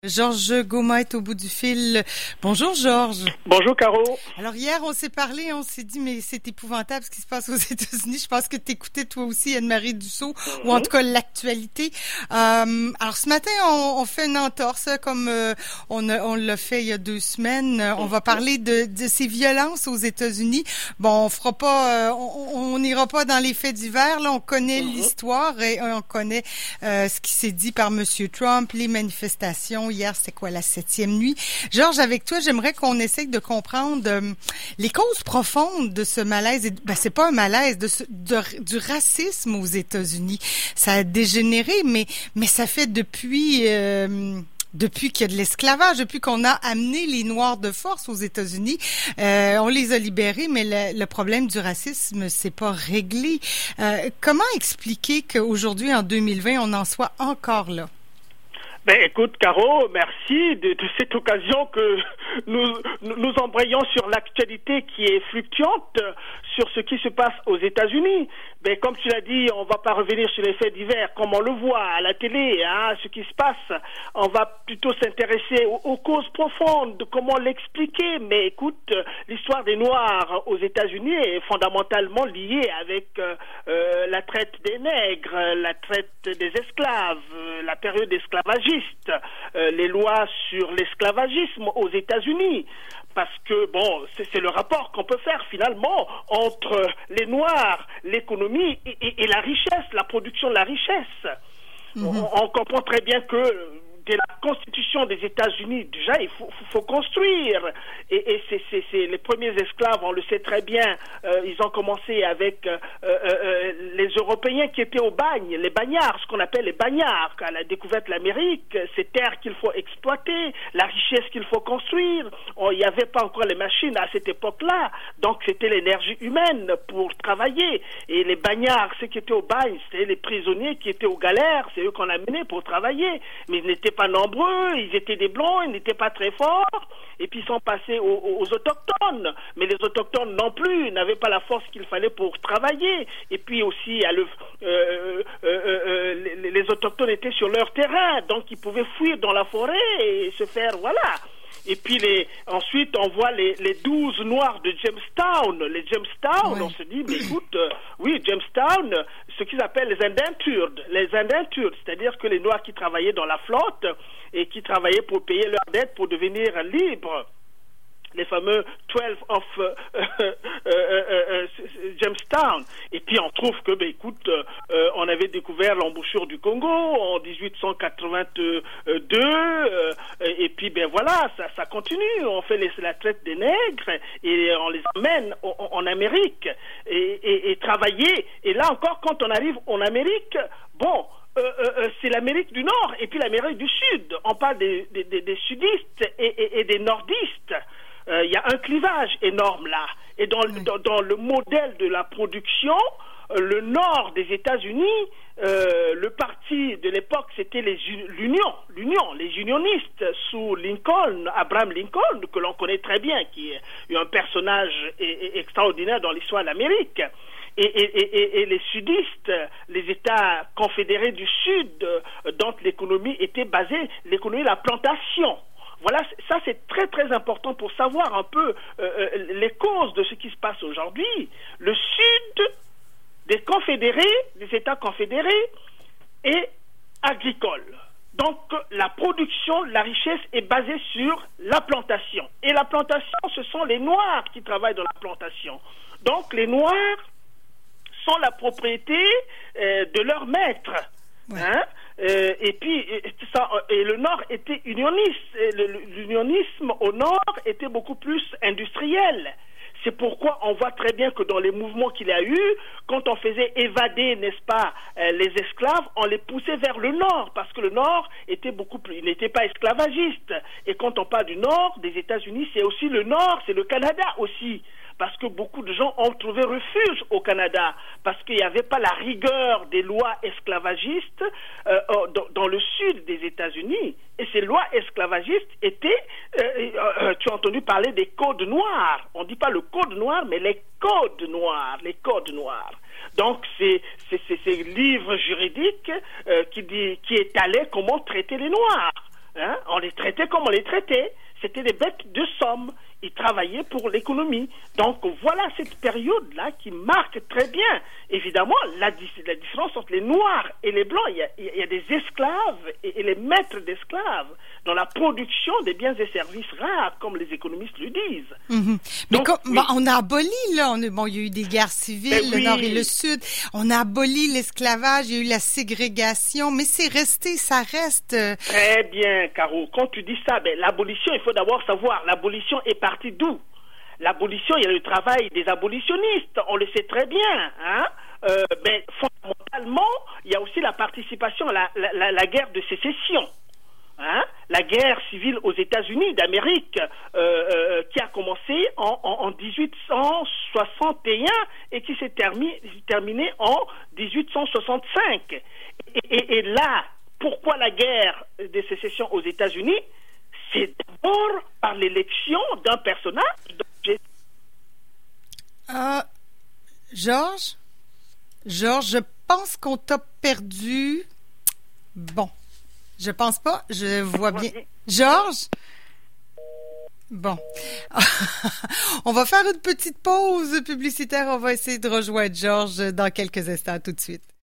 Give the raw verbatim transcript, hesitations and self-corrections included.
Georges Goma est au bout du fil. Bonjour Georges. Bonjour Caro. Alors hier on s'est parlé, on s'est dit mais c'est épouvantable ce qui se passe aux États-Unis. Je pense que t'écoutais toi aussi Anne-Marie Dussault, mm-hmm. ou en tout cas l'actualité. Euh, alors ce matin on, on fait une entorse comme euh, on, a, on l'a fait il y a deux semaines. Mm-hmm. On va parler de, de ces violences aux États-Unis. Bon on fera pas, euh, on n'ira pas dans les faits divers. Là on connaît mm-hmm. l'histoire et on connaît euh, ce qui s'est dit par Monsieur Trump, les manifestations. Hier, c'était quoi, la septième nuit? Georges, avec toi, j'aimerais qu'on essaye de comprendre euh, les causes profondes de ce malaise. Et, ben, c'est pas un malaise, de, ce, de du racisme aux États-Unis. Ça a dégénéré, mais mais ça fait depuis euh, depuis qu'il y a de l'esclavage, depuis qu'on a amené les Noirs de force aux États-Unis. Euh, on les a libérés, mais le, le problème du racisme, c'est pas réglé. Euh, comment expliquer qu'aujourd'hui, en deux mille vingt, on en soit encore là? Ben écoute Caro, merci de, de cette occasion que nous nous embrayons sur l'actualité qui est fluctuante sur ce qui se passe aux États-Unis. Ben comme tu l'as dit, on va pas revenir sur les faits divers comme on le voit à la télé, hein, ce qui se passe. On va plutôt s'intéresser aux, aux causes profondes, de comment l'expliquer. Mais écoute, l'histoire des Noirs aux États-Unis est fondamentalement liée avec euh, euh, la traite des nègres, la traite des esclaves, euh, la période d'esclavage. Euh, les lois sur l'esclavagisme aux États-Unis, parce que bon, c'est, c'est le rapport qu'on peut faire finalement entre les Noirs, l'économie et, et, et la richesse, la production de la richesse. Mm-hmm. On, on comprend très bien que dès la Constitution des États-Unis, déjà, il faut, faut, faut construire. Et, et c'est, c'est, c'est les premiers esclaves, on le sait très bien, euh, ils ont commencé avec euh, euh, les Européens qui étaient au bagne, les bagnards, ce qu'on appelle les bagnards. À la découverte de l'Amérique, ces terres qu'il faut exploiter, la richesse qu'il faut construire. Il n'y avait pas encore les machines à cette époque-là, donc c'était l'énergie humaine pour travailler. Et les bagnards, ceux qui étaient au bagne, c'était les prisonniers qui étaient aux galères, c'est eux qu'on a menés pour travailler. Mais ils n'étaient pas nombreux, ils étaient des blancs, ils n'étaient pas très forts, et puis ils sont passés aux, aux autochtones, mais les autochtones non plus n'avaient pas la force qu'il fallait pour travailler, et puis aussi à le, euh, euh, euh, les, les autochtones étaient sur leur terrain, donc ils pouvaient fuir dans la forêt et se faire, voilà. Et puis les, ensuite on voit les, les douze noirs de Jamestown. Les Jamestown, oui. On se dit, mais écoute, euh, oui, Jamestown, ce qu'ils appellent les indentured, les indentured, c'est-à-dire que les noirs qui travaillaient dans la flotte et qui travaillaient pour payer leurs dettes pour devenir libres. Les fameux douze of euh, euh, euh, euh, Jamestown. Et puis on trouve que, ben écoute, euh, on avait découvert l'embouchure du Congo en dix-huit cent quatre-vingt-deux, euh, et puis ben voilà, ça, ça continue. On fait les, la traite des nègres et on les amène en, en Amérique et, et, et travailler. Et là encore, quand on arrive en Amérique, bon. Euh, euh, c'est l'Amérique du Nord et puis l'Amérique du Sud. On parle des, des, des, des sudistes et, et, et des nordistes. Il euh, y a un clivage énorme là. Et dans, oui. dans, dans le modèle de la production, euh, le nord des États-Unis, euh, le parti de l'époque, c'était les, l'Union, l'Union, les unionistes sous Lincoln, Abraham Lincoln, que l'on connaît très bien, qui est un personnage é- é- extraordinaire dans l'histoire de l'Amérique. Et, et, et, et les sudistes, les États confédérés du Sud, euh, dont l'économie était basée, l'économie de la plantation. Voilà, ça c'est très très important pour savoir un peu euh, les causes de ce qui se passe aujourd'hui. Le Sud des confédérés, des États confédérés, est agricole. Donc la production, la richesse est basée sur la plantation. Et la plantation, ce sont les Noirs qui travaillent dans la plantation. Donc les Noirs sont la propriété euh, de leur maître. Ouais. Hein? Euh, et puis, et, ça, et le Nord était unioniste. Et le, l'unionisme au Nord était beaucoup plus industriel. C'est pourquoi on voit très bien que dans les mouvements qu'il y a eu, quand on faisait évader, n'est-ce pas, euh, les esclaves, on les poussait vers le Nord, parce que le Nord était beaucoup plus, il n'était pas esclavagiste. Et quand on parle du Nord des États-Unis, c'est aussi le Nord, c'est le Canada aussi. Parce que beaucoup de gens ont trouvé refuge au Canada, parce qu'il n'y avait pas la rigueur des lois esclavagistes euh, dans, dans le sud des États-Unis. Et ces lois esclavagistes étaient, euh, euh, tu as entendu parler des codes noirs. On ne dit pas le code noir, mais les codes noirs, les codes noirs. Donc c'est c'est, c'est, c'est livre juridique euh, qui dit qui étalait comment traiter les Noirs. Hein? On les traitait comme on les traitait. C'était des bêtes de somme. Ils travaillaient pour l'économie. Donc voilà cette période-là qui marque très bien, évidemment, la, la différence entre les Noirs et les Blancs. Il y a, il y a des esclaves et, et les maîtres d'esclaves dans la production des biens et services rares, comme les économistes le disent. Mm-hmm. Mais Donc, comme, oui. bon, on a aboli, là, on est, bon, il y a eu des guerres civiles, Ben le oui. Nord et le Sud. On a aboli l'esclavage, il y a eu la ségrégation, mais c'est resté, ça reste. euh, Très bien, Caro. Quand tu dis ça, ben, l'abolition, il faut d'abord savoir, l'abolition est partie d'où? L'abolition, il y a le travail des abolitionnistes, on le sait très bien. Hein? Euh, ben, fondamentalement, il y a aussi la participation à la, la, la, la guerre de sécession. Hein? La guerre civile aux États-Unis d'Amérique euh, euh, qui a commencé en, en, en dix-huit cent soixante et un et qui s'est termi, terminée en dix-huit cent soixante-cinq. Et, et, et là, pourquoi la guerre de sécession aux États-Unis? C'est d'abord par l'élection d'un personnage. Ah, Georges? Georges, je pense qu'on t'a perdu. Bon. Je pense pas. Je vois bien. Georges? Bon. On va faire une petite pause publicitaire. On va essayer de rejoindre Georges dans quelques instants. Tout de suite.